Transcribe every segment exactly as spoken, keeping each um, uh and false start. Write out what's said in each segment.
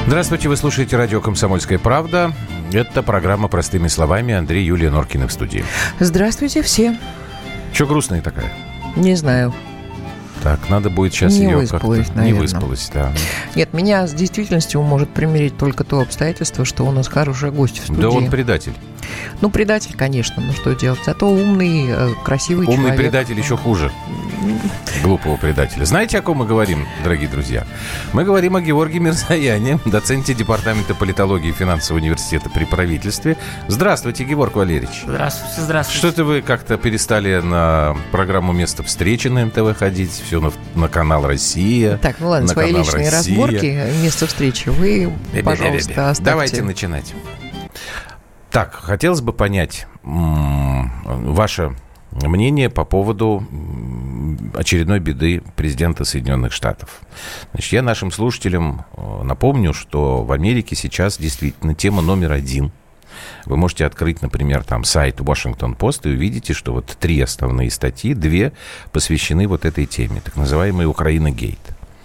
Здравствуйте, вы слушаете радио «Комсомольская правда». Это программа «Простыми словами». Андрей, Юлия Норкина в студии. Здравствуйте все. Чего грустная такая? Не знаю. Так, надо будет сейчас не ее выспалась, как-то... наверное. Не выспалась, да. Нет, меня с действительностью может примирить только то обстоятельство, что у нас хороший гость в студии. Да он предатель. Ну, предатель, конечно, ну что делать. Зато умный, красивый умный человек. Умный предатель еще хуже глупого предателя. Знаете, о ком мы говорим, дорогие друзья? Мы говорим о Георгии Мирзаяне, доценте Департамента политологии и финансового университета при правительстве. Здравствуйте, Георг Валерьевич. Здравствуйте, здравствуйте. Что-то вы как-то перестали на программу «Место встречи» на эн тэ вэ ходить, все на, на канал «Россия». Так, ну ладно, свои личные «Россия». разборки, место встречи вы, Бе-бе-бе-бе. пожалуйста, оставьте. Давайте начинать. Так, хотелось бы понять м- ваше мнение по поводу очередной беды президента Соединенных Штатов. Значит, я нашим слушателям напомню, что в Америке сейчас действительно тема номер один. Вы можете открыть, например, там сайт Washington Post и увидите, что вот три основные статьи, две посвящены вот этой теме, так называемой Украина-гейт.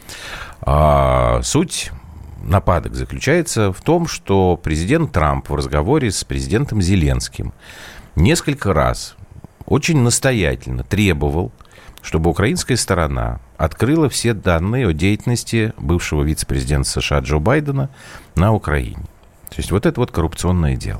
А суть нападок заключается в том, что президент Трамп в разговоре с президентом Зеленским несколько раз очень настоятельно требовал, чтобы украинская сторона открыла все данные о деятельности бывшего вице-президента США Джо Байдена на Украине. То есть вот это вот коррупционное дело.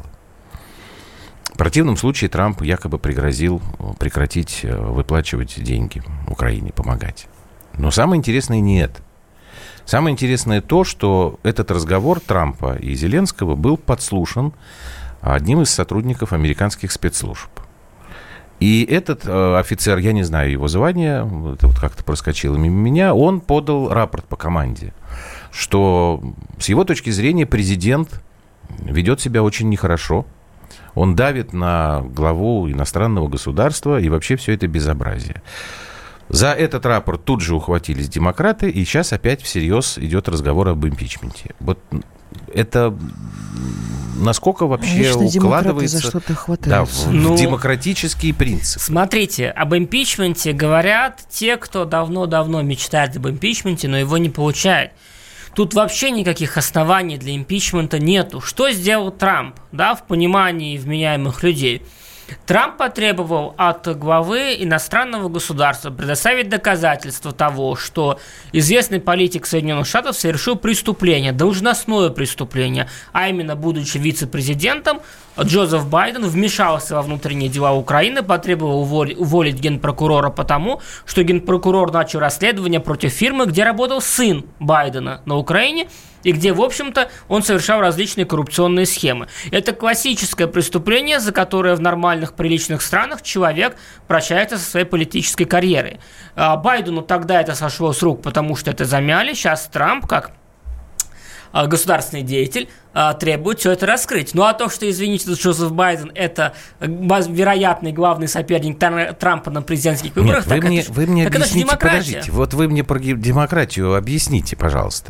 В противном случае Трамп якобы пригрозил прекратить выплачивать деньги Украине, помогать. Но самое интересное не это. Самое интересное то, что этот разговор Трампа и Зеленского был подслушан одним из сотрудников американских спецслужб. И этот э, офицер, я не знаю его звания, это вот как-то проскочило мимо меня, он подал рапорт по команде, что с его точки зрения президент ведет себя очень нехорошо, он давит на главу иностранного государства, и вообще все это безобразие. За этот рапорт тут же ухватились демократы, и сейчас опять всерьез идет разговор об импичменте. Вот это насколько вообще Конечно, укладывается за что-то да, в, ну, в демократический принцип? Смотрите, об импичменте говорят те, кто давно-давно мечтает об импичменте, но его не получает. Тут вообще никаких оснований для импичмента нету. Что сделал Трамп, да, в понимании вменяемых людей? Трамп потребовал от главы иностранного государства предоставить доказательства того, что известный политик Соединенных Штатов совершил преступление, должностное преступление, а именно, будучи вице-президентом, Джозеф Байден вмешался во внутренние дела Украины, потребовал уволить, уволить генпрокурора потому, что генпрокурор начал расследование против фирмы, где работал сын Байдена на Украине, и где, в общем-то, он совершал различные коррупционные схемы. Это классическое преступление, за которое в нормальных, приличных странах человек прощается со своей политической карьерой. Байдену тогда это сошло с рук, потому что это замяли. Сейчас Трамп, как государственный деятель, требует все это раскрыть. Ну а то, что, извините, Джозеф Байден это вероятный главный соперник Трампа на президентских выборах, Нет, так вы мне, это, вы мне так объясните, это же демократия. Подождите, вот вы мне про демократию объясните, пожалуйста.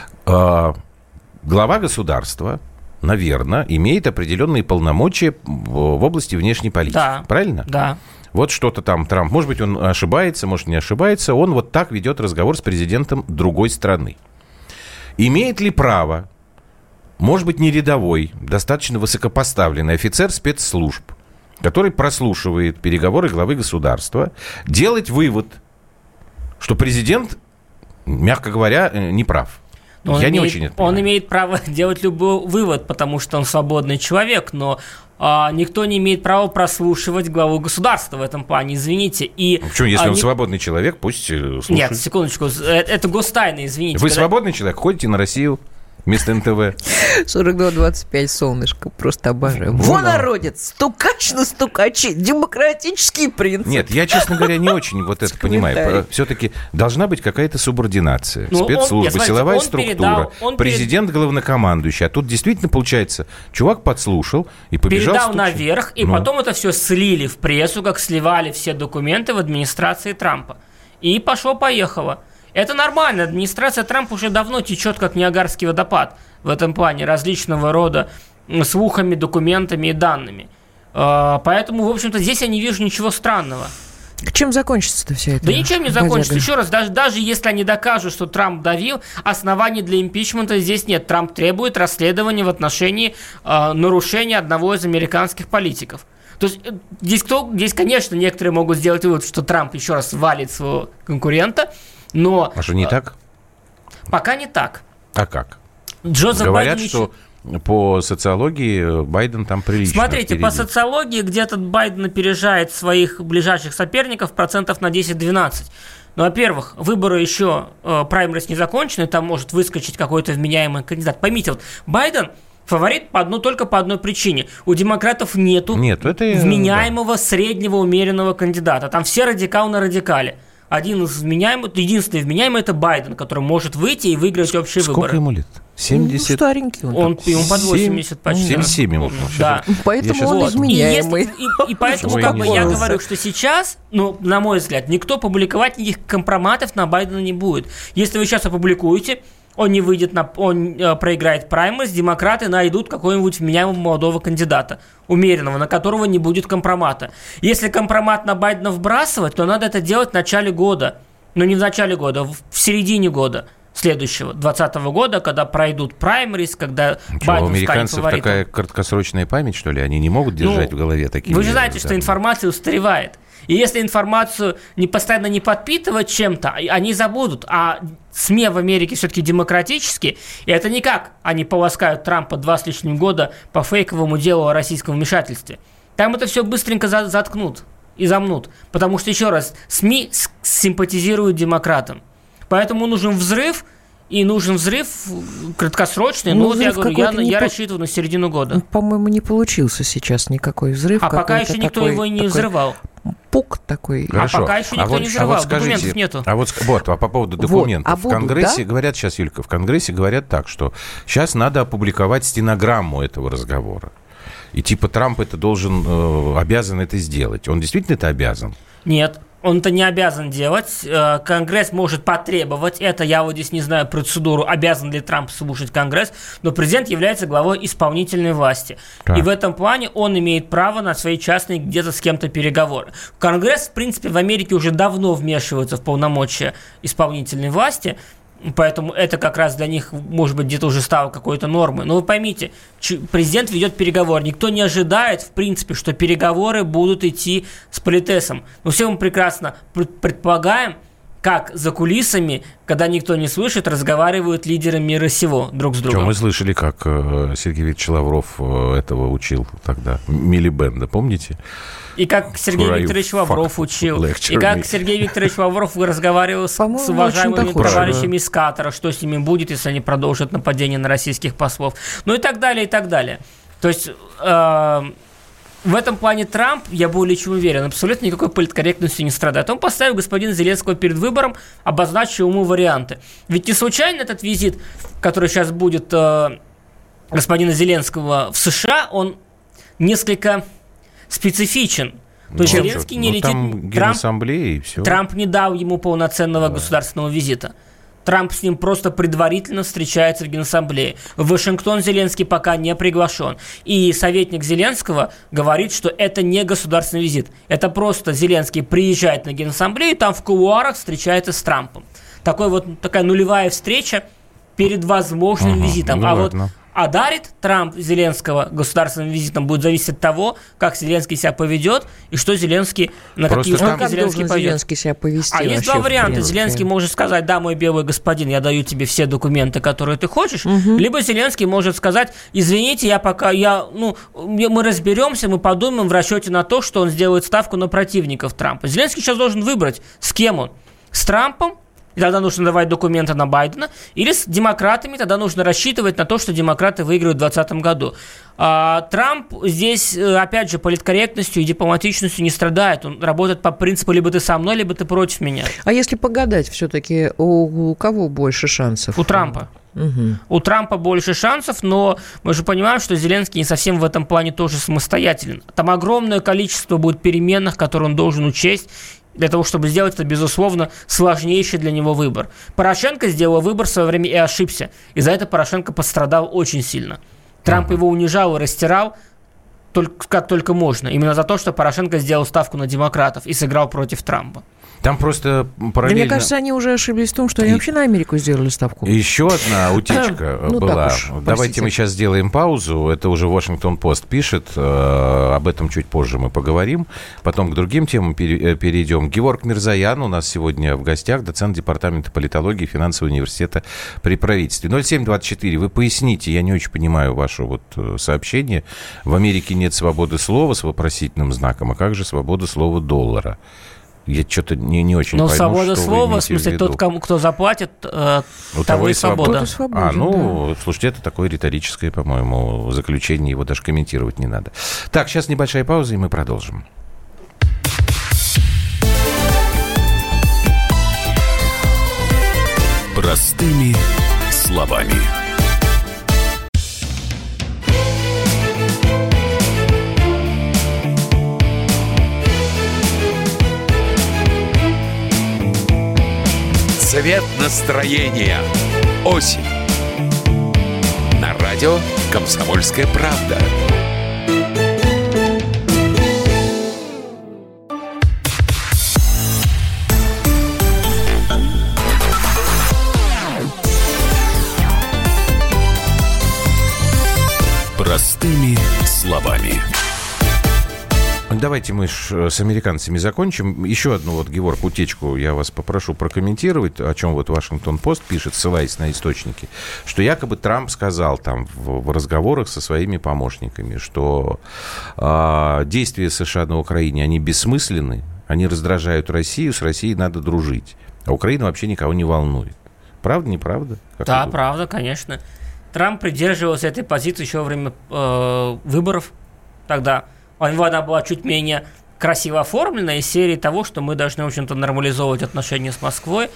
Глава государства, наверное, имеет определенные полномочия в области внешней политики. Да. Правильно? Да. Вот что-то там Трамп, может быть, он ошибается, может, не ошибается, он вот так ведет разговор с президентом другой страны. Имеет ли право, может быть, не рядовой, достаточно высокопоставленный офицер спецслужб, который прослушивает переговоры главы государства, делать вывод, что президент, мягко говоря, не прав? Он Я имеет, не очень это понимаю. Он имеет право делать любой вывод, потому что он свободный человек, но а, никто не имеет права прослушивать главу государства в этом плане, извините. И, ну, почему, если а, он не... свободный человек, пусть слушает. Нет, секундочку, это гостайна, извините. Вы когда... свободный человек, ходите на Россию вместо эн тэ вэ. сорок два двадцать пять, солнышко, просто обожаю. Вон Во, он. народец, стукач на стукачи, демократический принцип. Нет, я, честно говоря, не очень вот это понимаю. Все-таки должна быть какая-то субординация. Ну, Спецслужбы, он, нет, смотрите, силовая он структура, передал, он президент главнокомандующий. А тут действительно получается, чувак подслушал и побежал передал стучать. наверх, и ну. потом это все слили в прессу, как сливали все документы в администрации Трампа. И пошло-поехало. Это нормально. Администрация Трампа уже давно течет, как Ниагарский водопад в этом плане, различного рода слухами, документами и данными. Поэтому, в общем-то, здесь я не вижу ничего странного. Чем закончится-то вся эта Да ничем не закончится. бодяга? Еще раз, даже, даже если они докажут, что Трамп давил, оснований для импичмента здесь нет. Трамп требует расследования в отношении э, нарушения одного из американских политиков. То есть здесь, кто, здесь, конечно, некоторые могут сделать вывод, что Трамп еще раз валит своего конкурента, но... А что, не так? Пока не так. А как? Джозеф Говорят, Байден что по социологии Байден там прилично Смотрите, впереди. по социологии где-то Байден опережает своих ближайших соперников процентов на десять-двенадцать. Ну, во-первых, выборы еще, э, праймерис не закончены, там может выскочить какой-то вменяемый кандидат. Поймите, вот Байден фаворит по одну, только по одной причине. У демократов нету Нет, это, вменяемого, да. среднего, умеренного кандидата. Там все радикал на радикале. Один из вменяемых, единственный вменяемый – это Байден, который может выйти и выиграть общие Сколько выборы. ему лет? семьдесят? Ну, старенький он. Он, ему под восемьдесят почти. семьдесят семь ему. Да. Поэтому сейчас... он вот. изменяемый. И, если, и, и поэтому как бы, я говорю, что сейчас, ну, на мой взгляд, никто публиковать никаких компроматов на Байдена не будет. Если вы сейчас опубликуете, он не выйдет, на, он э, проиграет праймерис, демократы найдут какого-нибудь вменяемого молодого кандидата, умеренного, на которого не будет компромата. Если компромат на Байдена вбрасывать, то надо это делать в начале года. Но не в начале года, в середине года следующего, двадцатого года, когда пройдут праймерис, когда Что, Байден у американцев станет фаворитом. такая краткосрочная память, что ли? Они не могут держать Ну, в голове такие... Вы же знаете, да, что информация устаревает. И если информацию не постоянно не подпитывать чем-то, они забудут. А СМИ в Америке все-таки демократические. И это не как они полоскают Трампа два с лишним года по фейковому делу о российском вмешательстве. Там это все быстренько за- заткнут и замнут. Потому что, еще раз, СМИ с- симпатизируют демократам. Поэтому нужен взрыв. И нужен взрыв краткосрочный. Ну, Ну, вот я взрыв говорю, я, какой-то не я по- рассчитываю на середину года. По-моему, не получился сейчас никакой взрыв. А пока какой-то еще никто такой- его и не такой взрывал. Пук такой. Хорошо. А пока еще никто вот, не взрывал, а вот скажите, документов нету. А вот, вот, а по поводу Вот, документов. а в будут, Конгрессе да? говорят сейчас, Юлька, в Конгрессе говорят так, что сейчас надо опубликовать стенограмму этого разговора. И типа Трамп это должен, э, обязан это сделать. Он действительно это обязан? Нет, он это не обязан делать. Э, Конгресс может потребовать это. Я вот здесь не знаю процедуру, обязан ли Трамп слушать Конгресс, но президент является главой исполнительной власти. Так. И в этом плане он имеет право на свои частные где-то с кем-то переговоры. Конгресс, в принципе, в Америке уже давно вмешивается в полномочия исполнительной власти. Поэтому это как раз для них, может быть, где-то уже стало какой-то нормой. Но вы поймите, президент ведет переговоры. Никто не ожидает, в принципе, что переговоры будут идти с политесом. Но все мы прекрасно предполагаем, как за кулисами, когда никто не слышит, разговаривают лидеры мира сего друг с другом. Что, мы слышали, как э, Сергей Викторович Лавров э, этого учил тогда, Милибенда, помните? И как Сергей Where Викторович you Лавров fuck учил, lecture и как me. Сергей Викторович Лавров разговаривал с, По-моему, с уважаемыми очень похоже, товарищами из Катара, что с ними будет, если они продолжат нападение на российских послов. Ну и так далее, и так далее. То есть... Э- В этом плане Трамп, я более чем уверен, абсолютно никакой политкорректностью не страдает. Он поставил господина Зеленского перед выбором, обозначил ему варианты. Ведь не случайно этот визит, который сейчас будет э, господина Зеленского в США, он несколько специфичен. То есть Ну, Зеленский ну, не летит... Там Трамп, Генассамблея и все. Трамп не дал ему полноценного Да. государственного визита. Трамп с ним просто предварительно встречается в Генассамблее. В Вашингтон Зеленский пока не приглашен. И советник Зеленского говорит, что это не государственный визит. Это просто Зеленский приезжает на Генассамблею, там в кулуарах встречается с Трампом. Такой вот, такая нулевая встреча перед возможным Ага, визитом. ну а ладно. вот а дарит Трамп Зеленского государственным визитом, будет зависеть от того, как Зеленский себя поведет и что Зеленский, на Просто какие там- условия Как Зеленский должен пойдет. Зеленский себя повести? А есть вообще, два в варианта. принципе? Зеленский может сказать: да, мой белый господин, я даю тебе все документы, которые ты хочешь. Угу. Либо Зеленский может сказать: извините, я пока, я, ну, мы разберемся, мы подумаем в расчете на то, что он сделает ставку на противников Трампа. Зеленский сейчас должен выбрать, с кем он. С Трампом, и тогда нужно давать документы на Байдена, или с демократами, тогда нужно рассчитывать на то, что демократы выиграют в двадцатом году. А, Трамп здесь, опять же, политкорректностью и дипломатичностью не страдает. Он работает по принципу: либо ты со мной, либо ты против меня. А если погадать, все-таки у, у кого больше шансов? У Трампа. Угу. У Трампа больше шансов, но мы же понимаем, что Зеленский не совсем в этом плане тоже самостоятелен. Там огромное количество будет переменных, которые он должен учесть, для того, чтобы сделать это, безусловно, сложнейший для него выбор. Порошенко сделал выбор в свое время и ошибся. И за это Порошенко пострадал очень сильно. Трамп uh-huh. его унижал и растирал, только, как только можно. Именно за то, что Порошенко сделал ставку на демократов и сыграл против Трампа. Там просто параллельно... Да, мне кажется, они уже ошиблись в том, что они и... вообще на Америку сделали ставку. Еще одна утечка ну, была. Уж, Давайте мы сейчас сделаем паузу. Это уже Вашингтон-Пост пишет. Об этом чуть позже мы поговорим. Потом к другим темам перейдем. Геворг Мирзоян у нас сегодня в гостях, доцент департамента политологии финансового университета при правительстве. ноль семь двадцать четыре. Вы поясните, я не очень понимаю ваше вот сообщение. В Америке нет свободы слова с вопросительным знаком. А как же свобода слова доллара? Я что-то не, не очень Но пойму, свобода что слова, вы в смысле, в виду. тот, кому, кто заплатит, э, У того и свобода. свобода. А, ну, да. Слушайте, это такое риторическое, по-моему, заключение, его даже комментировать не надо. Так, сейчас небольшая пауза, и мы продолжим. Простыми словами. Цвет настроения. Осень. На радио «Комсомольская правда». Простыми словами. Давайте мы с американцами закончим. Еще одну вот, Геворг, утечку я вас попрошу прокомментировать, о чем вот Вашингтон-Пост пишет, ссылаясь на источники, что якобы Трамп сказал там в, в разговорах со своими помощниками, что э, действия США на Украине, они бессмысленны, они раздражают Россию, с Россией надо дружить, а Украина вообще никого не волнует. Правда, неправда? Как да, правда, конечно. Трамп придерживался этой позиции еще во время э, выборов тогда. Она была чуть менее красиво оформлена из серии того, что мы должны, в общем-то, нормализовывать отношения с Москвой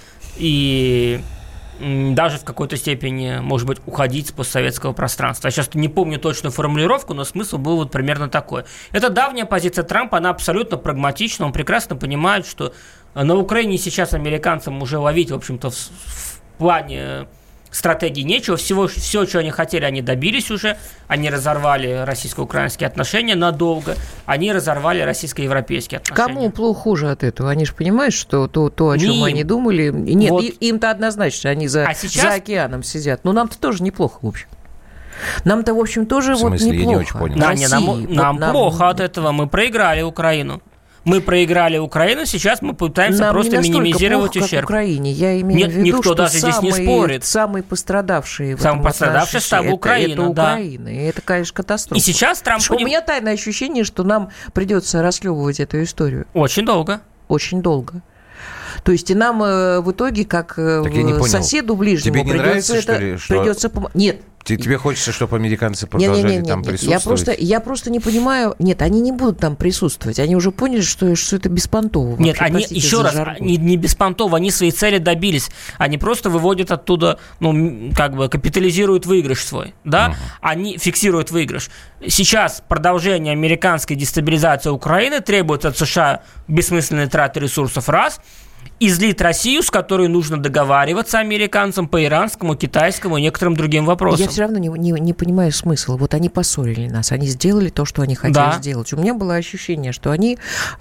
и м, даже в какой-то степени, может быть, уходить с постсоветского пространства. Я сейчас не помню точную формулировку, но смысл был вот примерно такой. Это давняя позиция Трампа, она абсолютно прагматична, он прекрасно понимает, что на Украине сейчас американцам уже ловить, в общем-то, в, в плане... стратегии нечего, всего, все, что они хотели, они добились уже, они разорвали российско-украинские отношения надолго, они разорвали российско-европейские отношения. Кому плохо хуже от этого? Они же понимают, что то, то о чем им. они думали... Нет, вот. им-то однозначно, они за, а сейчас... за океаном сидят. Но нам-то тоже неплохо, в общем. Нам-то, в общем, тоже в смысле, вот неплохо. Я не очень понял. Да, не, нам вот нам, нам плохо от этого, мы проиграли Украину. Мы проиграли Украину, сейчас мы пытаемся Нам просто не минимизировать плохо, ущерб. Как Украине. Я имею Нет, в виду, никто что даже самые, здесь не спорит. Самые пострадавшие в Самый этом пострадавший стала это, Украина, это да. Украина. И это, конечно, катастрофа. И сейчас Трамп... Поним... У меня тайное ощущение, что нам придется расслевывать эту историю. Очень долго. Очень долго. То есть и нам э, в итоге, как э, соседу ближнему, Тебе не придется нравится, это... что ли, что... Придется пом... Нет. Тебе хочется, чтобы американцы продолжали не, не, не, там не, присутствовать? Я просто, я просто не понимаю... Нет, они не будут там присутствовать. Они уже поняли, что, что это беспонтово. Нет, вообще, они, еще раз, не, не беспонтово, они свои цели добились. Они просто выводят оттуда, ну, как бы капитализируют выигрыш свой, да? Uh-huh. Они фиксируют выигрыш. Сейчас продолжение американской дестабилизации Украины требует от США бессмысленной траты ресурсов, раз, и злит Россию, с которой нужно договариваться американцам по иранскому, китайскому и некоторым другим вопросам. Я все равно не, не, не понимаю смысла. Вот они поссорили нас, они сделали то, что они хотели да. сделать. У меня было ощущение, что они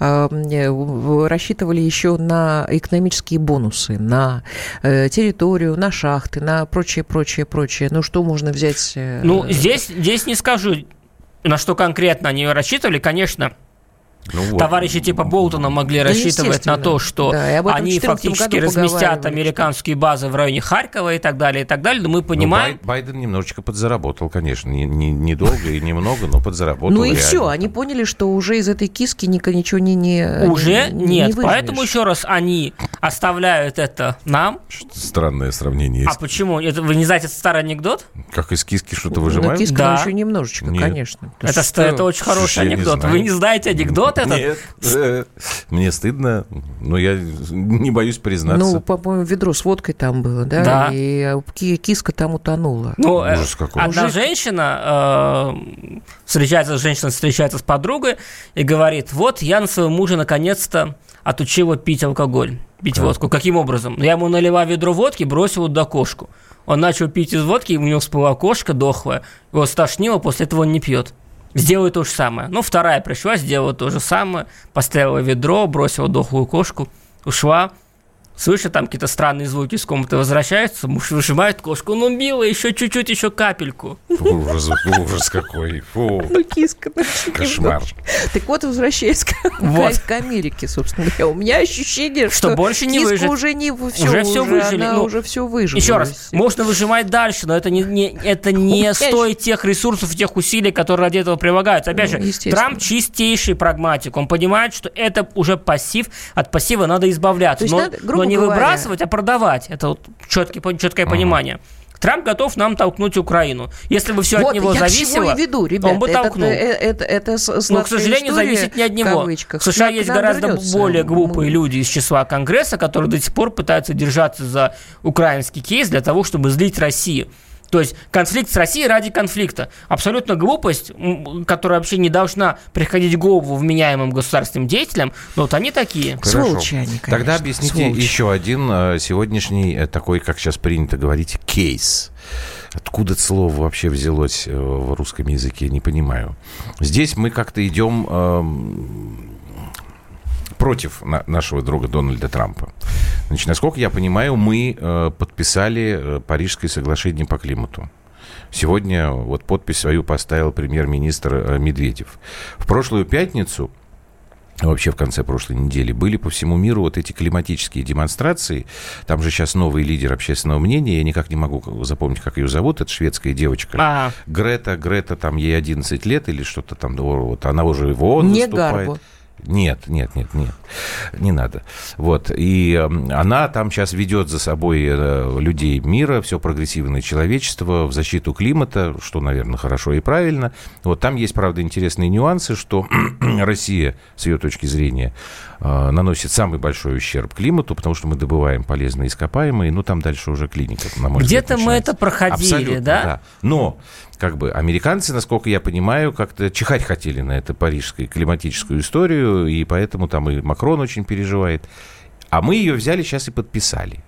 э, рассчитывали еще на экономические бонусы, на э, территорию, на шахты, на прочее, прочее, прочее. Ну, что можно взять? Э, ну, здесь, здесь не скажу, на что конкретно они рассчитывали. Конечно, ну вот. Товарищи типа Болтона могли да, рассчитывать на то, что да, они фактически разместят американские базы в районе Харькова и так далее, и так далее. Но мы понимаем... Ну, Бай, Байден немножечко подзаработал, конечно. Недолго не, не и немного, но подзаработал. Ну и реально. Все, они поняли, что уже из этой киски ничего не... не уже не, нет, не поэтому еще раз они оставляют это нам. Что-то странное сравнение есть. А почему? Это, вы не знаете этот старый анекдот? Как из киски что-то выжимают? Ну, киска да. еще немножечко, нет. Конечно. Это, что? это очень хороший Слушай, анекдот. Не вы не знаете анекдот этот? Нет. Мне стыдно, но я не боюсь признаться. Ну, по-моему, ведро с водкой там было, да? Да. И киска там утонула. Ну, Ужас какой. Одна Мужик... женщина э, встречается, женщина встречается с подругой и говорит, вот я на своего мужа наконец-то отучила пить алкоголь, пить как? водку. Каким образом? Я ему налила ведро водки, бросила туда кошку. Он начал пить из водки, и у него всплыла кошка дохлая, его стошнило, после этого он не пьет. сделай то же самое. Ну, вторая пришла, сделала то же самое, поставила ведро, бросила дохлую кошку, ушла. Слышит, там какие-то странные звуки из комнаты возвращаются, муж выжимает кошку, ну, била, еще чуть-чуть, еще капельку. Ужас, ужас какой. Фу. Ну, киска. Ну, кошмар. Так вот, возвращаясь к, вот. к Америке, собственно говоря, у меня ощущение, что, что больше не киска выжит. уже не все, уже все уже, выжили. Она ну, уже все выжила. Еще раз, можно выжимать дальше, но это не, не, это не стоит тех ресурсов, тех усилий, которые ради этого прилагаются. Опять ну, же, Трамп чистейший прагматик. Он понимает, что это уже пассив, от пассива надо избавляться. Но, надо, но не говоря, выбрасывать, а продавать. Это вот четкий, четкое ага. понимание. Трамп готов нам толкнуть Украину. Если бы все вот, от него зависело, веду, ребят, он бы это, толкнул. Это, это, это Но, к сожалению, зависит не от него. В США есть гораздо вернется. более глупые Мы... люди из числа Конгресса, которые до сих пор пытаются держаться за украинский кейс для того, чтобы злить Россию. То есть конфликт с Россией ради конфликта. Абсолютно глупость, которая вообще не должна приходить в голову вменяемым государственным деятелям, но вот они такие. Хорошо. Сволочи они, конечно. Тогда объясните Сволочи. еще один сегодняшний такой, как сейчас принято говорить, кейс. Откуда это слово вообще взялось в русском языке, не понимаю. Здесь мы как-то идем... Эм... против на, нашего друга Дональда Трампа. Значит, насколько я понимаю, мы э, подписали э, Парижское соглашение по климату. Сегодня вот подпись свою поставил премьер-министр э, Медведев. В прошлую пятницу, вообще в конце прошлой недели, были по всему миру вот эти климатические демонстрации. Там же сейчас новый лидер общественного мнения. Я никак не могу запомнить, как ее зовут. Это шведская девочка. А-а-а. Грета, Грета, там ей одиннадцать лет или что-то там. Вот, она уже в ООН не выступает. Гарбо. Нет, нет, нет, нет, не надо. Вот, и она там сейчас ведет за собой людей мира, все прогрессивное человечество в защиту климата, что, наверное, хорошо и правильно. Вот, там есть, правда, интересные нюансы, что Россия, с ее точки зрения, наносит самый большой ущерб климату, потому что мы добываем полезные ископаемые, ну, там дальше уже клиника, на мой взгляд, где-то мы это проходили, абсолютно, да? да? Но... Как бы американцы, насколько я понимаю, как-то чихать хотели на эту парижскую климатическую историю, и поэтому там и Макрон очень переживает. А мы ее взяли сейчас и подписали.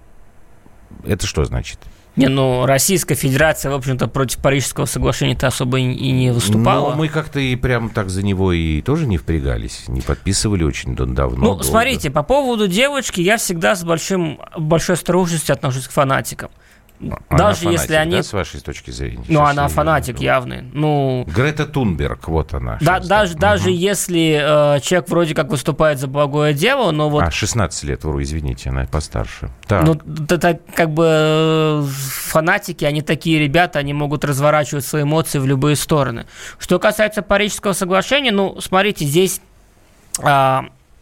Это что значит? Не, ну, Российская Федерация, в общем-то, против Парижского соглашения-то особо и не выступала. Но мы как-то и прям так за него и тоже не впрягались, не подписывали очень давно. Ну, долго. Смотрите, по поводу девочки я всегда с большим, большой осторожностью отношусь к фанатикам. Она даже фанатик, если они... да, с вашей точки зрения? Ну, она фанатик явный. Ну... Грета Тунберг, вот она. Да, даже, даже угу. если э, человек вроде как выступает за благое дело, но вот... А, шестнадцать лет, вру, извините, она постарше. Так. Ну, это как бы фанатики, они такие ребята, они могут разворачивать свои эмоции в любые стороны. Что касается Парижского соглашения, ну, смотрите, здесь э,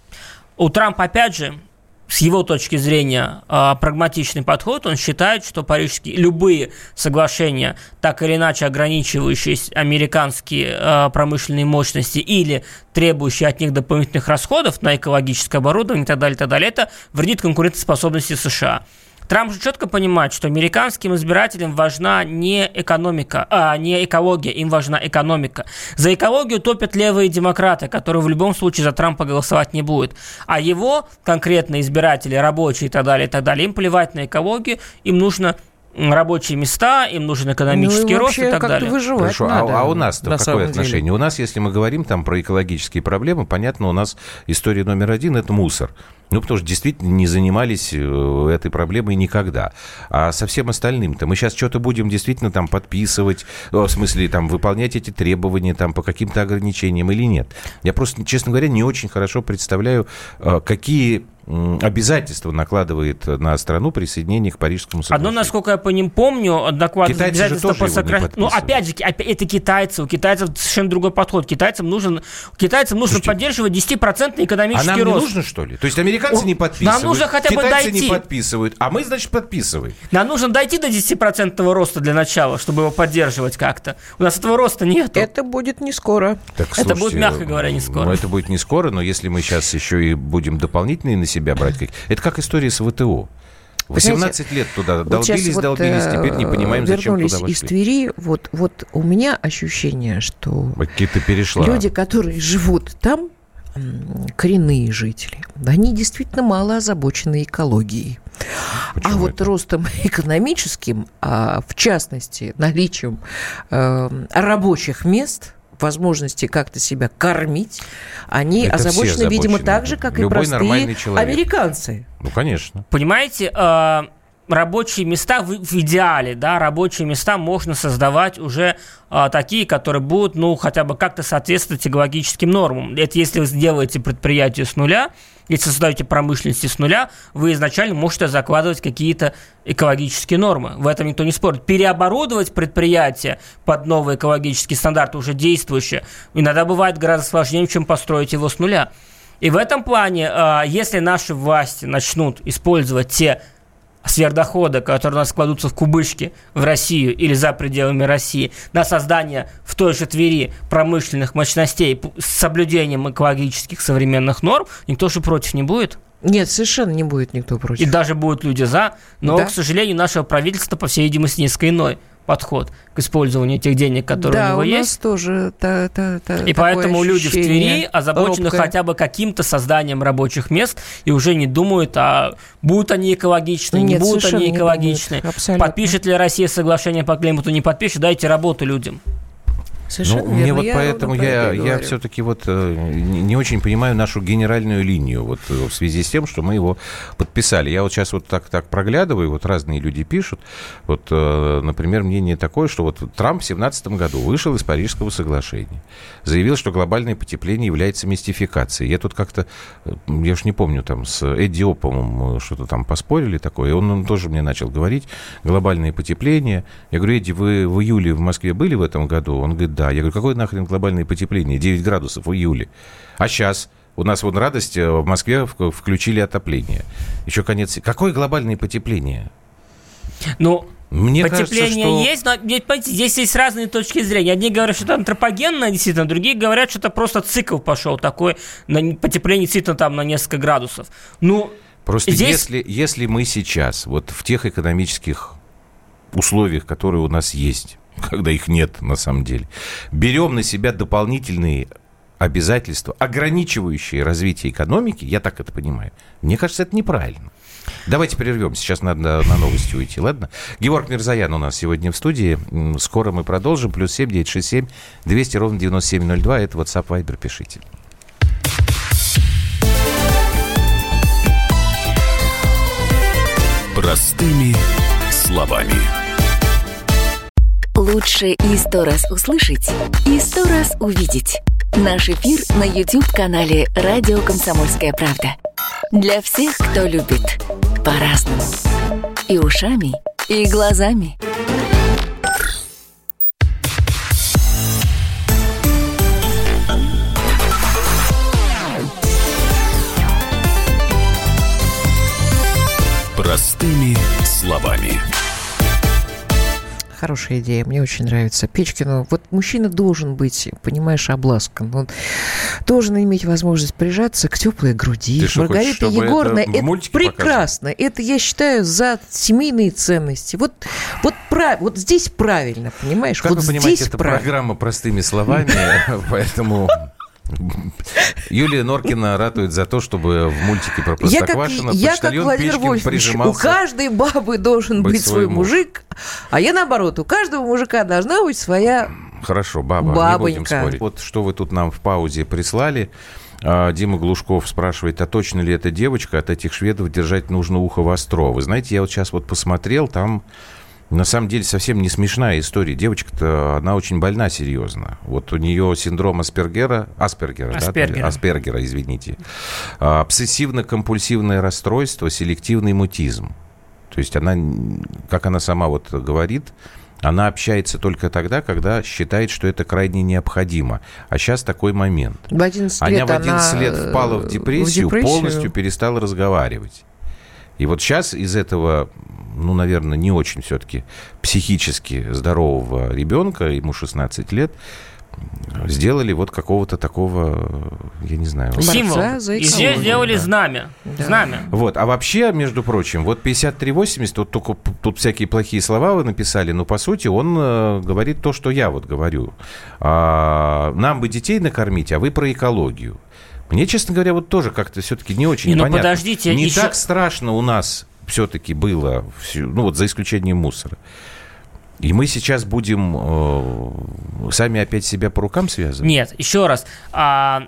у Трампа, опять же, с его точки зрения, э, прагматичный подход. Он считает, что парижские любые соглашения, так или иначе ограничивающие американские э, промышленные мощности или требующие от них дополнительных расходов на экологическое оборудование и так далее, и так далее, это вредит конкурентоспособности США. Трамп же четко понимает, что американским избирателям важна не экономика, а не экология, им важна экономика. За экологию топят левые демократы, которые в любом случае за Трампа голосовать не будут. А его конкретно избиратели, рабочие и так далее, и так далее, им плевать на экологию, им нужно рабочие места, им нужен экономический ну, рост и так далее. Хорошо, надо, а, а у нас-то какое отношение? Деле. У нас, если мы говорим там про экологические проблемы, понятно, у нас история номер один – это мусор. Ну, потому что действительно не занимались этой проблемой никогда. А со всем остальным-то мы сейчас что-то будем действительно там подписывать, в смысле там выполнять эти требования там по каким-то ограничениям или нет. Я просто, честно говоря, не очень хорошо представляю, какие обязательства накладывает на страну присоединение к Парижскому соглашению. Одно, насколько я по ним помню, накладывает обязательства по сокращению. Ну, опять же, это китайцы. У китайцев совершенно другой подход. Китайцам нужен, китайцам нужно Слушайте, поддерживать десять процентов экономический рост. А нам рост. Не нужно, что ли? То есть американцы О, не подписывают, нам нужно хотя бы китайцы дойти. не подписывают, а мы, значит, подписываем. Нам нужно дойти до десять процентов роста для начала, чтобы его поддерживать как-то. У нас этого роста нет. Это будет не скоро. Так, это слушайте, будет, мягко говоря, не скоро. Ну, это будет не скоро, но если мы сейчас еще и будем дополнительные на себя брать, это как история с ВТО. восемнадцать Знаете, лет туда долбились, вот долбились, теперь не понимаем, зачем туда вошли. Из Твери, вот, вот у меня ощущение, что перешла. люди, которые живут там, коренные жители, они действительно мало озабочены экологией. Почему а вот это? Ростом экономическим, а в частности наличием э, рабочих мест возможности как-то себя кормить, они Это озабочены, видимо, так же, как Любой и простые человек. американцы. Ну, конечно. Понимаете, э, рабочие места в, в идеале, да, рабочие места можно создавать уже э, такие, которые будут, ну, хотя бы как-то соответствовать экологическим нормам. Это если вы сделаете предприятие с нуля, если создаете промышленность с нуля, вы изначально можете закладывать какие-то экологические нормы. В этом никто не спорит. Переоборудовать предприятие под новые экологические стандарты, уже действующие, иногда бывает гораздо сложнее, чем построить его с нуля. И в этом плане, если наши власти начнут использовать те сверхдоходы, которые у нас кладутся в кубышки в Россию или за пределами России, на создание в той же Твери промышленных мощностей с соблюдением экологических современных норм, никто же против не будет. Нет, совершенно не будет никто против. И даже будут люди за, но, да. к сожалению, нашего правительства, по всей видимости, несколько иной подход к использованию тех денег, которые да, у него у есть. нас тоже та, та, та, и поэтому люди в Твери озабочены робкое. хотя бы каким-то созданием рабочих мест и уже не думают, а будут они экологичны, Нет, не будут они экологичны. Подпишет ли Россия соглашение по климату, не подпишет, дайте работу людям. Совершенно ну, верно. Мне вот я поэтому я, я все-таки вот э, не очень понимаю нашу генеральную линию вот в связи с тем, что мы его подписали. Я вот сейчас вот так, так проглядываю, вот разные люди пишут. Вот, э, например, мнение такое, что вот Трамп в две тысячи семнадцатом году вышел из Парижского соглашения, заявил, что глобальное потепление является мистификацией. Я тут как-то, я уж не помню, там с Эдди О, по-моему, что-то там поспорили такое, и он, он тоже мне начал говорить, глобальное потепление. Я говорю, Эдди, вы в июле в Москве были в этом году? Он говорит, да. Я говорю, какое нахрен глобальное потепление? девять градусов в июле. А сейчас у нас вот радость, в Москве включили отопление. Еще конец. Какое глобальное потепление? Ну, Мне потепление кажется, что... есть, но понимаете, здесь есть разные точки зрения. Одни говорят, что это антропогенное, действительно, другие говорят, что это просто цикл пошел такой, на потепление действительно там на несколько градусов. Ну, просто здесь... если, если мы сейчас вот в тех экономических условиях, которые у нас есть, когда их нет на самом деле, берем на себя дополнительные обязательства, ограничивающие развитие экономики, я так это понимаю, мне кажется, это неправильно. Давайте прервемся, сейчас надо на новости уйти, ладно? Георг Мирзоян у нас сегодня в студии, скоро мы продолжим, плюс семь девятьсот шестьдесят семь двести ровно девяносто семь ноль два, это WhatsApp, Viber, пишите. Простыми словами. Лучше и сто раз услышать, и сто раз увидеть. Наш эфир на YouTube-канале «Радио Комсомольская правда». Для всех, кто любит по-разному. И ушами, и глазами. Простыми словами. Хорошая идея, мне очень нравится. Печкину, вот мужчина должен быть, понимаешь, обласкан. Он должен иметь возможность прижаться к теплой груди. Ты Маргарита хочешь, Егоровна, это, это прекрасно. показывали? Это, я считаю, за семейные ценности. Вот, вот, прав, вот здесь правильно, понимаешь? Как вот вы понимаете, здесь это правильно. программа «Простыми словами», поэтому... Юлия Норкина ратует за то, чтобы в мультике про Простоквашино я как, почтальон я как Печкин прижимался. У каждой бабы должен быть, быть свой муж. мужик, а я наоборот, у каждого мужика должна быть своя Хорошо, баба, бабонька. Не будем спорить. Вот что вы тут нам в паузе прислали. Дима Глушков спрашивает, а точно ли это девочка? От этих шведов держать нужно ухо востро. Вы знаете, я вот сейчас вот посмотрел, там... На самом деле совсем не смешная история. Девочка-то, она очень больна серьезно. Вот у нее синдром Аспергера, Аспергера, Аспергера, да? Аспергера, извините. Обсессивно-компульсивное расстройство, селективный мутизм. То есть она, как она сама вот говорит, она общается только тогда, когда считает, что это крайне необходимо. А сейчас такой момент. В одиннадцать лет она в одиннадцать она лет впала в депрессию, в депрессию, полностью перестала разговаривать. И вот сейчас из этого, ну, наверное, не очень все-таки психически здорового ребенка, ему шестнадцать лет, сделали вот какого-то такого, я не знаю... Символ. И здесь сделали да. знамя. Да. знамя. Вот. А вообще, между прочим, вот пятьдесят три восемьдесят, вот только тут всякие плохие слова вы написали, но по сути он э, говорит то, что я вот говорю. А, нам бы детей накормить, а вы про экологию. Мне, честно говоря, вот тоже как-то все-таки не очень не, ну, понятно. Подождите, не еще... так страшно у нас все-таки было, ну вот за исключением мусора. И мы сейчас будем э, сами опять себя по рукам связывать? Нет, еще раз. А,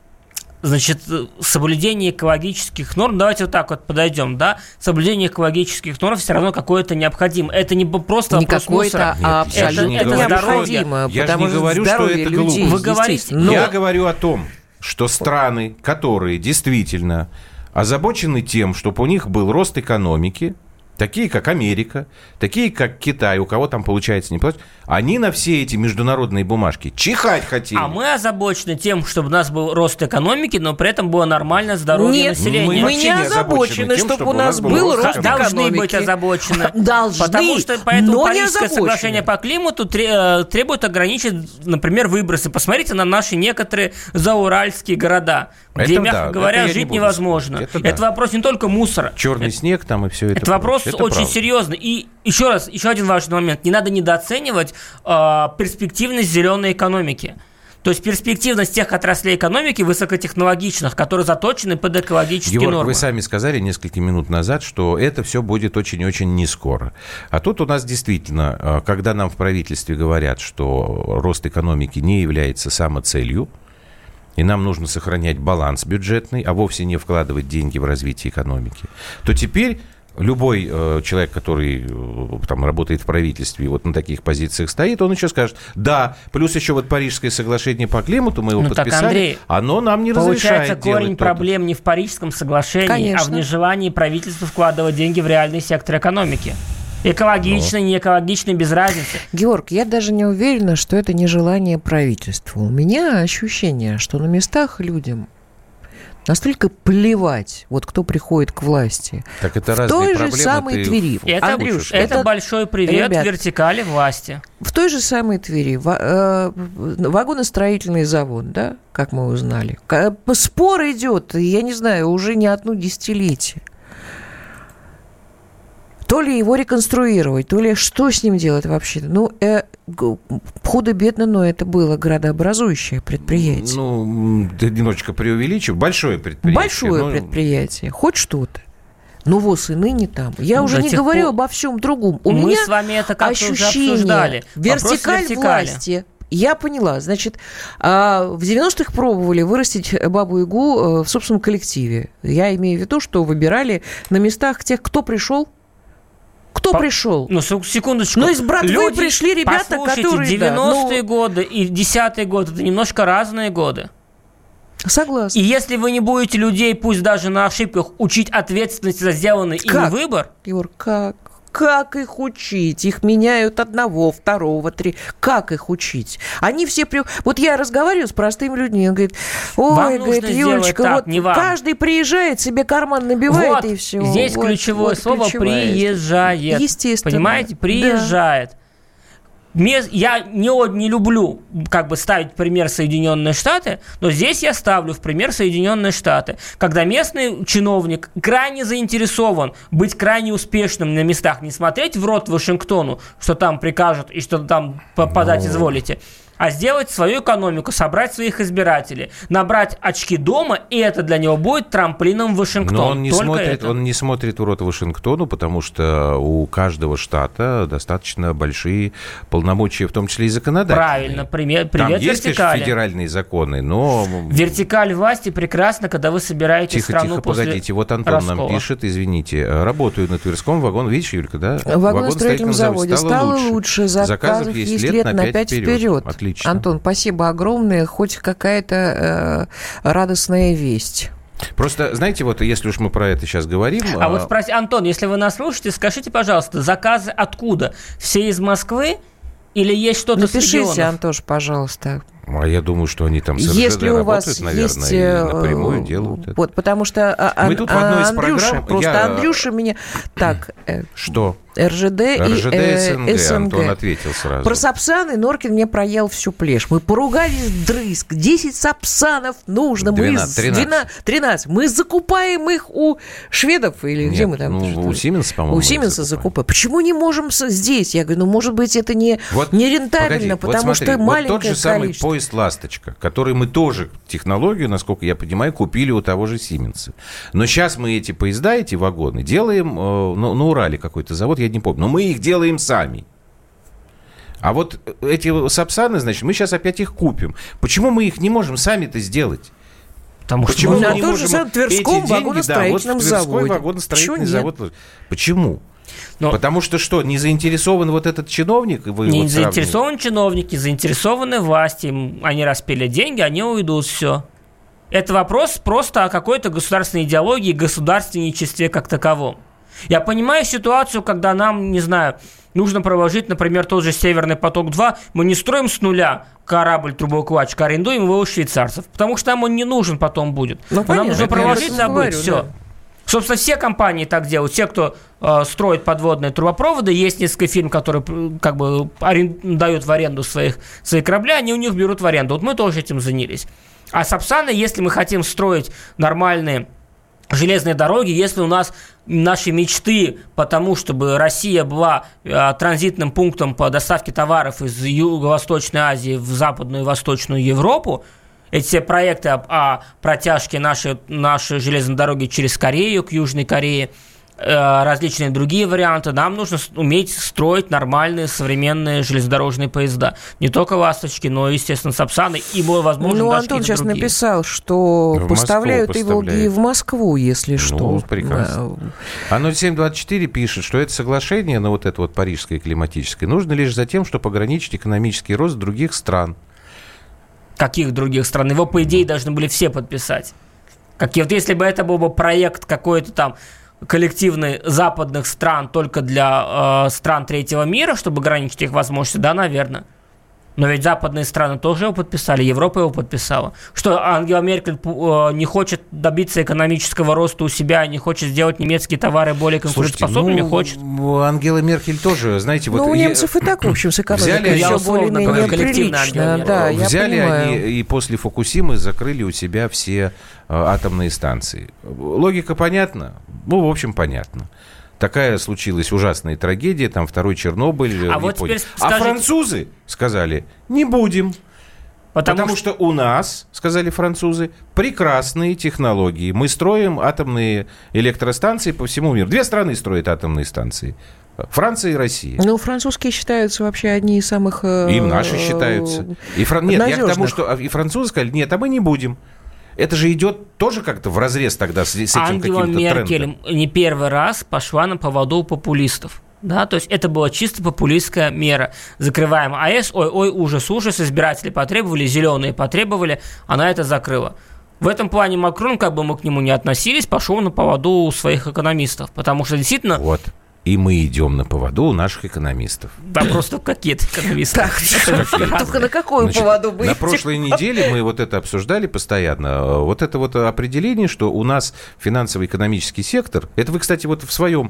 значит, соблюдение экологических норм, давайте вот так вот подойдем, да? Соблюдение экологических норм все равно какое-то необходимо. Это не просто не вопрос мусора. А абсолютно это, это необходимо. Я же не говорю, что это глупо. Вы говорите, но... Я говорю о том, что страны, которые действительно озабочены тем, чтобы у них был рост экономики, такие, как Америка, такие, как Китай, у кого там получается не платить, они на все эти международные бумажки чихать хотели. А мы озабочены тем, чтобы у нас был рост экономики, но при этом было нормальное здоровье Нет, населения. Мы, мы не озабочены, тем, чтобы у нас был, был рост экономики. Должны быть озабочены. Должны, потому что поэтому но Парижское соглашение по климату требует ограничить, например, выбросы. Посмотрите на наши некоторые зауральские города, где, это мягко да, говоря, жить не невозможно. Это, это да. вопрос не только мусора. Черный это, снег там и все это. Это вопрос это очень правда. серьезный. И еще раз, еще один важный момент. Не надо недооценивать э, перспективность зеленой экономики. То есть перспективность тех отраслей экономики высокотехнологичных, которые заточены под экологические Георг, нормы. Вы сами сказали несколько минут назад, что это все будет очень-очень не скоро. А тут у нас действительно, когда нам в правительстве говорят, что рост экономики не является самоцелью, и нам нужно сохранять баланс бюджетный, а вовсе не вкладывать деньги в развитие экономики, то теперь любой э, человек, который э, там работает в правительстве и вот на таких позициях стоит, он еще скажет, да, плюс еще вот Парижское соглашение по климату, мы его ну, подписали, так, Андрей, оно нам не разрешает делать. Получается, корень проблем то-то. Не в Парижском соглашении, Конечно. А в нежелании правительства вкладывать деньги в реальный сектор экономики. Экологично, Но. не экологично, без разницы. Георг, я даже не уверена, что это нежелание правительства. У меня ощущение, что на местах людям настолько плевать, вот кто приходит к власти. Так это в той же самой Твери. Это, Андрюш, это, это большой привет ребят, вертикали власти. В той же самой Твери вагоностроительный завод, да, как мы узнали. Спор идет, я не знаю, уже не одно десятилетие. То ли его реконструировать, то ли что с ним делать вообще? Ну, э, худо-бедно, но это было градообразующее предприятие. Ну, ты немножечко преувеличив. Большое предприятие. Большое но... предприятие. Хоть что-то. Но ВОЗ и ныне там. Я ну, уже не говорю пор... обо всем другом. У Мы меня с вами это как-то уже обсуждали. Вертикаль власти. Я поняла. Значит, в девяностых пробовали вырастить Бабу-Ягу в собственном коллективе. Я имею в виду, что выбирали на местах тех, кто пришел. Кто По... пришел? Ну, секундочку. Ну, из братвы Люди... пришли ребята, Послушайте, которые... девяностые да, ну... годы и десятые годы – это немножко разные годы. Согласна. И если вы не будете людей, пусть даже на ошибках, учить ответственности за сделанный ими выбор... Егор, как? Как их учить? Их меняют одного, второго, третьего. Как их учить? Они все... При... Вот я разговариваю с простыми людьми, он говорит, ой, говорит, Юлечка, так, вот каждый приезжает, себе карман набивает вот, и все. Здесь вот, ключевое вот, слово ключевое. «приезжает». Естественно. Понимаете? Приезжает. Да. Я не, не люблю как бы ставить пример Соединенные Штаты, но здесь я ставлю в пример Соединенные Штаты, когда местный чиновник крайне заинтересован быть крайне успешным на местах, не смотреть в рот Вашингтону, что там прикажут и что там подать изволите, а сделать свою экономику, собрать своих избирателей, набрать очки дома, и это для него будет трамплином в Вашингтон. Но он не, смотрит, он не смотрит в рот Вашингтону, потому что у каждого штата достаточно большие полномочия, в том числе и законодательные. Правильно, привет, привет Там есть, вертикали. Конечно, федеральные законы, но... Вертикаль власти прекрасно, когда вы собираете тихо, страну тихо, после погодите, вот Антон раскола. Нам пишет, извините, работаю на Тверском вагон, видишь,Юлька, да? В вагоностроительном заводе стало лучше, лучше. заказов, заказов есть лет, лет на пять вперед. вперед. Отлично. Антон, спасибо огромное, хоть какая-то э, радостная весть. Просто, знаете, вот если уж мы про это сейчас говорим... А, а... вот спроси, Антон, если вы нас слушаете, скажите, пожалуйста, заказы откуда? Все из Москвы или есть что-то Напишите, с регионов? Напишите, Антош, пожалуйста. А я думаю, что они там с РЖД Если у вас работают, наверное, есть, и напрямую делают это. Вот, потому что а, Мы тут в одной из Андрюша, программ... просто я... Андрюша меня... Так, что? РЖД, РЖД и СНГ, э, СНГ. Антон ответил сразу. Про Сапсан и Норкин мне проел всю плешь. Мы поругались вдрызг. десять Сапсанов нужно. двенадцать, мы тринадцать. тринадцать. Мы закупаем их у шведов или Нет, где мы там? Ну, у Сименса, по-моему. У Сименса закупаем. Почему не можем здесь? Я говорю, ну, может быть, это не, вот, не рентабельно, погоди, потому вот смотри, что маленькое вот тот же самый количество. поезд «Ласточка», который мы тоже технологию, насколько я понимаю, купили у того же Сименса. Но сейчас мы эти поезда, эти вагоны делаем, э, ну, на Урале какой-то завод, я не помню, но мы их делаем сами. А вот эти сапсаны, значит, мы сейчас опять их купим. Почему мы их не можем сами-то сделать? Потому Почему что мы не на можем же Тверском вагоностроительном да, вот заводе. вагоностроительный завод. Почему? Но... Потому что что, не заинтересован вот этот чиновник? Вы не вот заинтересованы чиновники, заинтересованы власти. Они распилят деньги, они уйдут, все. Это вопрос просто о какой-то государственной идеологии, государственничестве как таковом. Я понимаю ситуацию, когда нам, не знаю, нужно проложить, например, тот же Северный поток-два. Мы не строим с нуля корабль-трубоукладчик, арендуем его у швейцарцев, потому что нам он не нужен потом будет. Ну, нам нужно проложить, забыть, все. Да. Собственно, все компании так делают. Все, кто э, строит подводные трубопроводы, есть несколько фирм, которые как бы арен... дают в аренду своих, свои корабли, они у них берут в аренду. Вот мы тоже этим занялись. А сапсаны, если мы хотим строить нормальные железные дороги, если у нас наши мечты по тому, чтобы Россия была э, транзитным пунктом по доставке товаров из Юго-Восточной Азии в Западную и Восточную Европу, эти все проекты о, о протяжке нашей, нашей железной дороги через Корею, к Южной Корее, э, различные другие варианты, нам нужно уметь строить нормальные современные железнодорожные поезда. Не только «Ласточки», но, естественно, «Сапсаны» и, возможно, ну, даже Антон сейчас другие. Написал, что в поставляют «Иволги» в Москву, если что. Ну, прекрасно. А ноль семь двадцать четыре пишет, что это соглашение, на вот это вот парижское климатическое, нужно лишь за тем, чтобы ограничить экономический рост других стран. Каких других стран? Его, по идее, должны были все подписать. Как, вот если бы это был бы проект какой-то там коллективный западных стран только для э, стран третьего мира, чтобы ограничить их возможности, да, наверное. Но ведь западные страны тоже его подписали, Европа его подписала. Что, Ангела Меркель э, не хочет добиться экономического роста у себя, не хочет сделать немецкие товары более конкурентоспособными? Ну, хочет. Ангела Меркель тоже, знаете... Ну, вот у немцев и так, в общем, с экономикой все более-менее прилично. Да, взяли они и после Фукусимы закрыли у себя все э, атомные станции. Логика понятна? Ну, в общем, понятно. Такая случилась ужасная трагедия, там второй Чернобыль а в вот Японии. скажите... А французы сказали, не будем. Потому, потому что... что у нас, сказали французы, прекрасные технологии. Мы строим атомные электростанции по всему миру. Две страны строят атомные станции. Франция и Россия. Ну, французские считаются вообще одни из самых... Им наши считаются. И фран... Нет, я к тому, что и французы сказали, нет, а мы не будем. Это же идет тоже как-то вразрез тогда с, с этим Ангела каким-то Меркель трендом. не первый раз пошла на поводу у популистов. Да, то есть это была чисто популистская мера. Закрываем АЭС, ой-ой, ужас-ужас, избиратели потребовали, зеленые потребовали, она это закрыла. В этом плане Макрон, как бы мы к нему не относились, пошел на поводу у своих экономистов, потому что действительно... Вот. И мы идем на поводу у наших экономистов. Да, просто какие-то экономисты. Только на какую поводу будете? На прошлой неделе мы вот это обсуждали постоянно. Вот это вот определение, что у нас финансово-экономический сектор, это вы, кстати, вот в своем,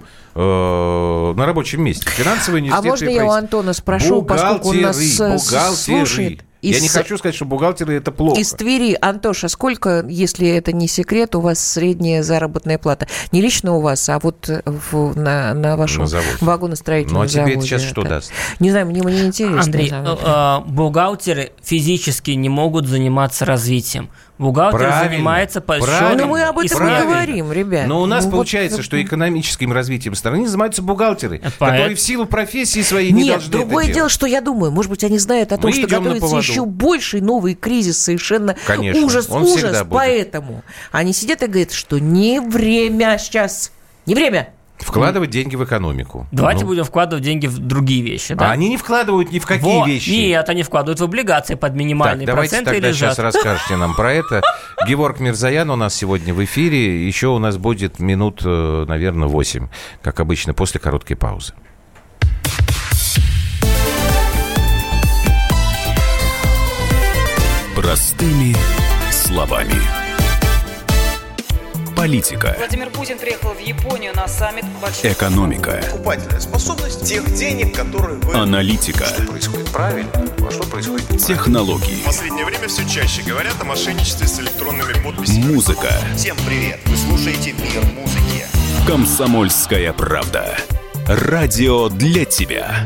на рабочем месте, финансовый университет. А можно я у Антона спрошу, поскольку он нас слушает? Я не хочу сказать, что бухгалтеры – это плохо. Из Твери, Антоша, сколько, если это не секрет, у вас средняя заработная плата? Не лично у вас, а вот в, на, на вашем на вагоностроительном заводе. Ну, а тебе это сейчас что даст? Не знаю, мне, мне интересно. Андрей, э, бухгалтеры физически не могут заниматься развитием. Бухгалтер правильно, занимается подсчетом. Ну, мы об этом и говорим, ребят. Но у нас ну, получается, вот... что экономическим развитием страны занимаются бухгалтеры, Поэт. которые в силу профессии своей не Нет, должны другое это дело, что я думаю, может быть, они знают о том, мы что готовится еще больший новый кризис, совершенно Конечно, ужас, ужас. Поэтому они сидят и говорят, что не время сейчас, не время. Вкладывать деньги в экономику. Давайте ну. будем вкладывать деньги в другие вещи. Да? А они не вкладывают ни в какие Во, вещи. Нет, они вкладывают в облигации под минимальные так, проценты. Давайте тогда лежат. сейчас расскажете нам про это. Геворг Мирзоян у нас сегодня в эфире. Еще у нас будет минут, наверное, восемь, как обычно, после короткой паузы. Простыми словами. Политика. Владимир Путин приехал в Японию на саммит большой... Экономика. Покупательная способность тех денег, которые вы... Аналитика. Что происходит правильно, а что происходит неправильно. Технологии. В последнее время все чаще говорят о мошенничестве с электронными подписями. Музыка. Всем привет! Вы слушаете «Мир музыки». Комсомольская правда. Радио для тебя.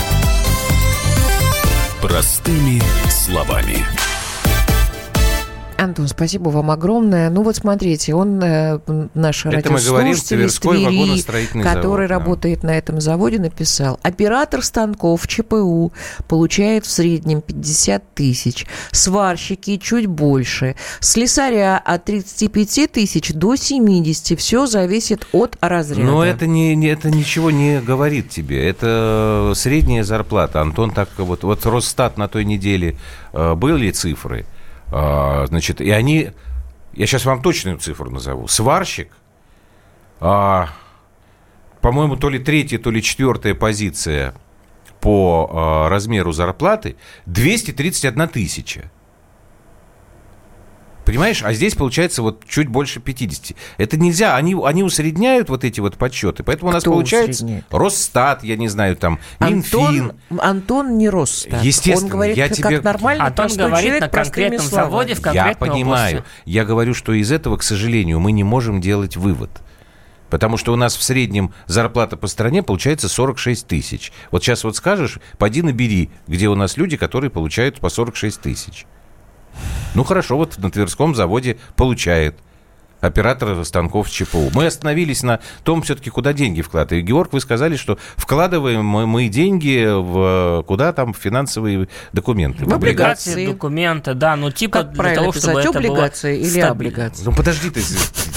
Простыми словами. Антон, спасибо вам огромное. Ну вот смотрите, он э, наш радиослушатель из Твери, который завод, работает да. на этом заводе, написал: оператор станков ЧПУ получает в среднем пятьдесят тысяч, сварщики чуть больше, слесаря от тридцати пяти тысяч до семидесяти. Все зависит от разряда. Но это, не, не, это ничего не говорит тебе. Это средняя зарплата. Антон, так вот, вот Росстат на той неделе э, были цифры. Значит, и они, я сейчас вам точную цифру назову, сварщик, а, по-моему, то ли третья, то ли четвертая позиция по а, размеру зарплаты двести тридцать одна тысяча. Понимаешь? А здесь получается вот чуть больше пятидесяти. Это нельзя. Они, они усредняют вот эти вот подсчеты. Поэтому у нас Кто получается усредняет? Росстат, я не знаю, там, Минфин. Антон, Антон не Росстат. Естественно. Он говорит, я как тебе... нормально, Антон говорит человек, на конкретном заводе, в конкретной Я понимаю. области. Я говорю, что из этого, к сожалению, мы не можем делать вывод. Потому что у нас в среднем зарплата по стране получается сорок шесть тысяч. Вот сейчас вот скажешь, поди набери, где у нас люди, которые получают по сорок шесть тысяч. Ну, хорошо, вот на Тверском заводе получает оператор станков ЧПУ. Мы остановились на том, все-таки, куда деньги вкладываем. Георг, вы сказали, что вкладываем мы, мы деньги в куда там, в финансовые документы. В облигации, облигации документы, да, ну типа как для того, чтобы это облигации было или стабильно. облигации? Ну, подожди ты.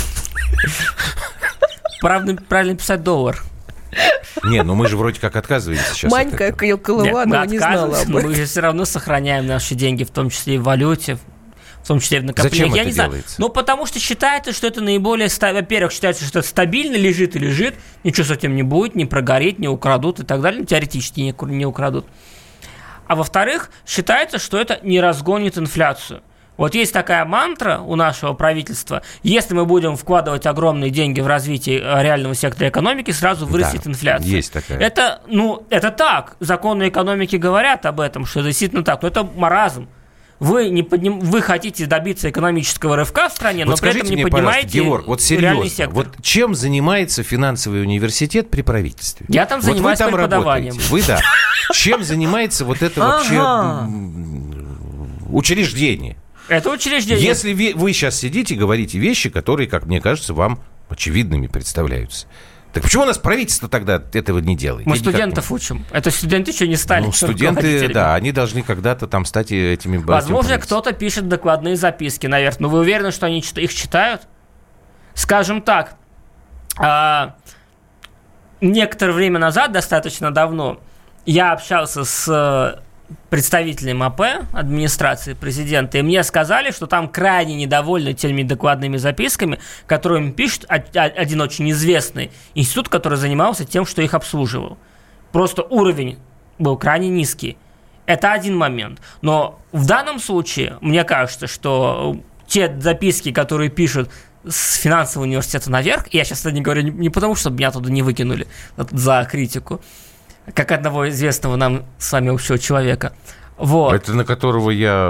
Правильно, правильно писать доллар. Не, ну мы же вроде как отказываемся сейчас. Манька Колыванова не знала об этом. Мы же все равно сохраняем наши деньги, в том числе и в валюте, в том числе и в накоплениях. Зачем Я это не делается? знаю. Ну, потому что считается, что это наиболее... Во-первых, считается, что это стабильно лежит и лежит, ничего с этим не будет, не прогорит, не украдут и так далее. Теоретически не, не украдут. А во-вторых, считается, что это не разгонит инфляцию. Вот есть такая мантра у нашего правительства: если мы будем вкладывать огромные деньги в развитие реального сектора экономики, сразу вырастет да, инфляция. Есть такая. Это, ну, это так. Законы экономики говорят об этом, что это действительно так. Но это маразм. Вы, не подним... Вы хотите добиться экономического рывка в стране, вот но при этом не мне, поднимаете Георг, вот реальный сектор. Вот чем занимается финансовый университет при правительстве? Я там вот занимаюсь вы там преподаванием. Работаете. Вы, да. Чем занимается вот это вообще учреждение? Это учреждение. Если вы, вы сейчас сидите и говорите вещи, которые, как мне кажется, вам очевидными представляются. Так почему у нас правительство тогда этого не делает? Мы Я студентов не... учим. Это студенты еще не стали. Ну, студенты, да, они должны когда-то там стать этими... Возможно, кто-то пишет докладные записки, наверное. Но вы уверены, что они их читают? Скажем так, а, некоторое время назад, достаточно давно, я общался с представителем АП, администрации президента, и мне сказали, что там крайне недовольны теми докладными записками, которые им пишет один очень известный институт, который занимался тем, что их обслуживал. Просто уровень был крайне низкий. Это один момент. Но в данном случае, мне кажется, что те записки, которые пишут с финансового университета наверх, и я сейчас это не говорю не потому, чтобы меня туда не выкинули за критику, как одного известного нам с вами общего человека. Вот. Это на которого я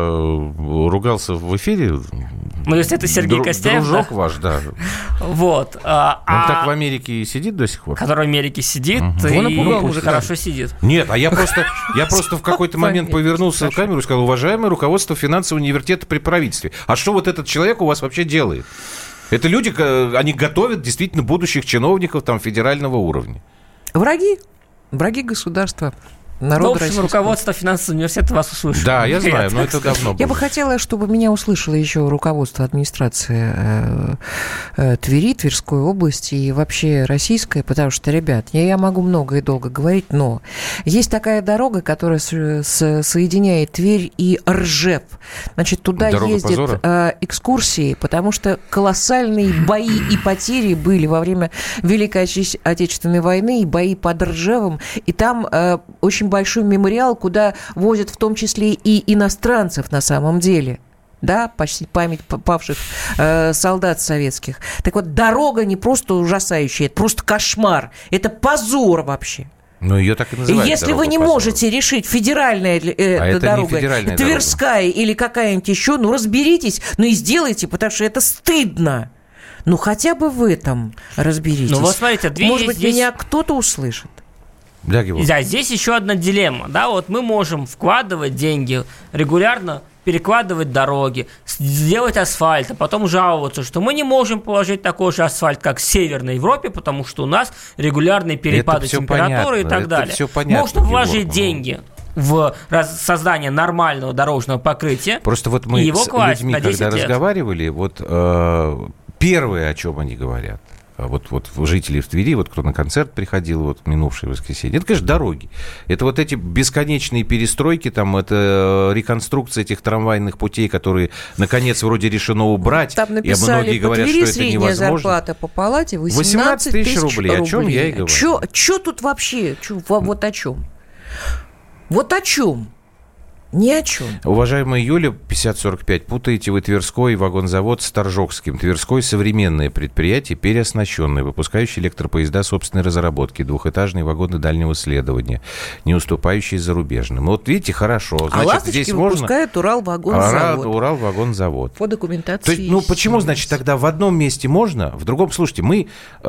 ругался в эфире? Ну, если это Сергей Дру- Костяев, Дружок да? ваш, да. Вот. А, Он а... так в Америке и сидит до сих пор? Который в Америке сидит, угу. и Он уже хорошо сидит. Нет, а я просто, я просто в какой-то момент повернулся в камеру и сказал: уважаемое руководство финансового университета при правительстве, а что вот этот человек у вас вообще делает? Это люди, они готовят действительно будущих чиновников там федерального уровня. Враги. Враги государства. Народа в общем, российского. Руководство финансового университета вас услышало. Да, я знаю, но это давно было. Я бы хотела, чтобы меня услышало еще руководство администрации э, э, Твери, Тверской области и вообще российской, потому что, ребят, я, я могу много и долго говорить, но есть такая дорога, которая с, с, соединяет Тверь и Ржев. Значит, туда дорога ездят э, экскурсии, потому что колоссальные бои и потери были во время Великой Отечественной войны, и бои под Ржевом, и там э, очень большой мемориал, куда возят в том числе и иностранцев на самом деле. Да, почти память павших э, солдат советских. Так вот, дорога не просто ужасающая, это просто кошмар. Это позор вообще. Ну, ее так и называют. Если вы не позора. можете решить, федеральная э, а дорога, федеральная Тверская дорога. Или какая-нибудь еще, ну, разберитесь, ну и сделайте, потому что это стыдно. Ну, хотя бы в этом разберитесь. Ну, вот смотрите, может быть, здесь... меня кто-то услышит. Да, да, здесь еще одна дилемма. Да, вот мы можем вкладывать деньги регулярно перекладывать дороги, сделать асфальт, а потом жаловаться, что мы не можем положить такой же асфальт, как в Северной Европе, потому что у нас регулярные перепады температуры и так это далее. Все понятно, можно вложить Егор, деньги в создание нормального дорожного покрытия. Просто вот мы и его с класть людьми, на десять когда лет. разговаривали, вот э, первое, о чем они говорят, вот, вот жители в Твери, вот кто на концерт приходил, вот минувшее воскресенье, это, конечно, дороги. Это вот эти бесконечные перестройки, там, это реконструкция этих трамвайных путей, которые, наконец, вроде решено убрать. Там написали, и многие по говорят, Твери что это средняя невозможно. Зарплата по палате восемнадцать тысяч рублей. О чем я и говорю. Что тут вообще? Чё, вот о чем? Вот о чем? Ни о чем. Уважаемая Юля, пятьдесят сорок пять, путаете вы Тверской вагонзавод с Торжокским. Тверской — современное предприятие, переоснащенное, выпускающее электропоезда собственной разработки, двухэтажные вагоны дальнего следования, не уступающие зарубежным. Вот видите, хорошо. Значит, а «Ласточки» здесь выпускает можно... Уралвагонзавод. Уралвагонзавод. По документации. То есть, ну, почему, значит, тогда в одном месте можно, в другом... Слушайте, мы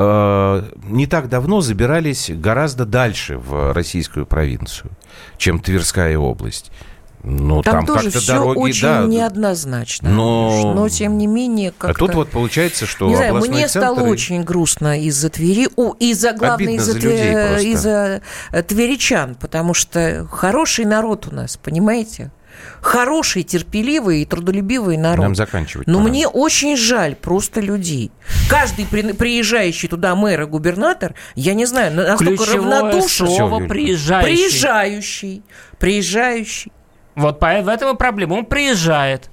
э, не так давно забирались гораздо дальше в российскую провинцию, чем Тверская область. Ну, там, там тоже как-то все дороги, очень да, неоднозначно. Но... но, тем не менее, как-то... А тут вот получается, что не знаю, областной мне центр... стало очень грустно из-за Твери, о, из-за, главное, из-за, за из из-за тверичан, потому что хороший народ у нас, понимаете? Хороший, терпеливый и трудолюбивый народ. Нам заканчивать Но пора. мне очень жаль просто людей. Каждый при, приезжающий туда мэр и губернатор, я не знаю, настолько ключевое равнодушен. Слово приезжающий. Приезжающий. Приезжающий. Вот в этом и проблема. Он приезжает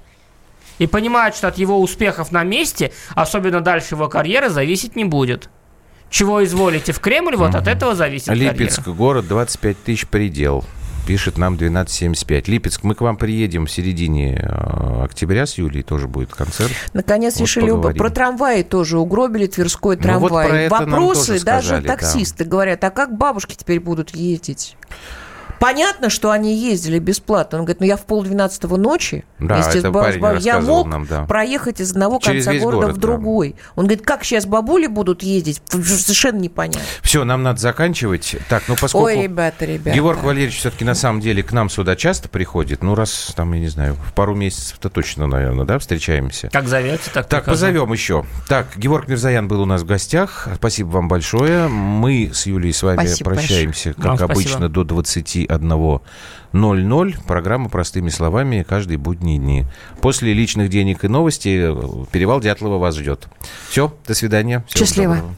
и понимает, что от его успехов на месте, особенно дальше его карьеры, зависеть не будет. Чего изволите в Кремль, вот mm-hmm. от этого зависит Липецк, карьера. город, двадцать пять тысяч предел. Пишет нам двенадцать семьдесят пять. Липецк, мы к вам приедем в середине э, октября с Юлей, тоже будет концерт. Наконец вот решили, поговорим. Про трамваи тоже угробили, Тверской трамвай. Ну, вот про это вопросы даже сказали, таксисты да. говорят, а как бабушки теперь будут ездить? Понятно, что они ездили бесплатно. Он говорит, ну я в полдвенадцатого ночи да, вместе с бабушкой, я мог нам, да. проехать из одного Через конца города город, в другой. Да. Он говорит, как сейчас бабули будут ездить, совершенно непонятно. Все, нам надо заканчивать. Так, ну поскольку Ой, ребята, ребята. Георг Валерьевич все-таки на самом деле к нам сюда часто приходит, ну раз там, я не знаю, в пару месяцев-то точно, наверное, да, встречаемся. Как зовете, так Так, позовем еще. Так, Георг Мирзоян был у нас в гостях. Спасибо вам большое. Мы с Юлей с вами спасибо прощаемся, большое. Как вам обычно, спасибо. До двадцати одного ноль ноль. Программа «Простыми словами» каждые будние дни. После личных денег и новостей Перевал Дятлова вас ждет. Все, до свидания. Всего счастливо. Доброго.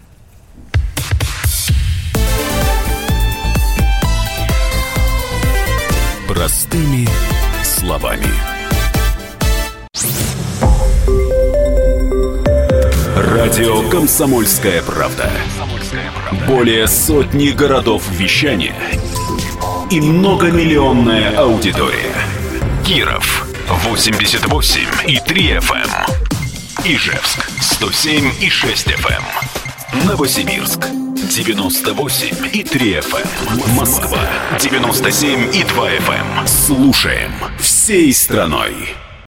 Простыми словами. Радио «Комсомольская правда». Более сотни городов вещания и многомиллионная аудитория. Киров восемьдесят восемь и три эф эм, Ижевск сто семь и шесть эф эм, Новосибирск девяносто восемь и три эф эм, Москва девяносто семь и два эф эм. Слушаем всей страной.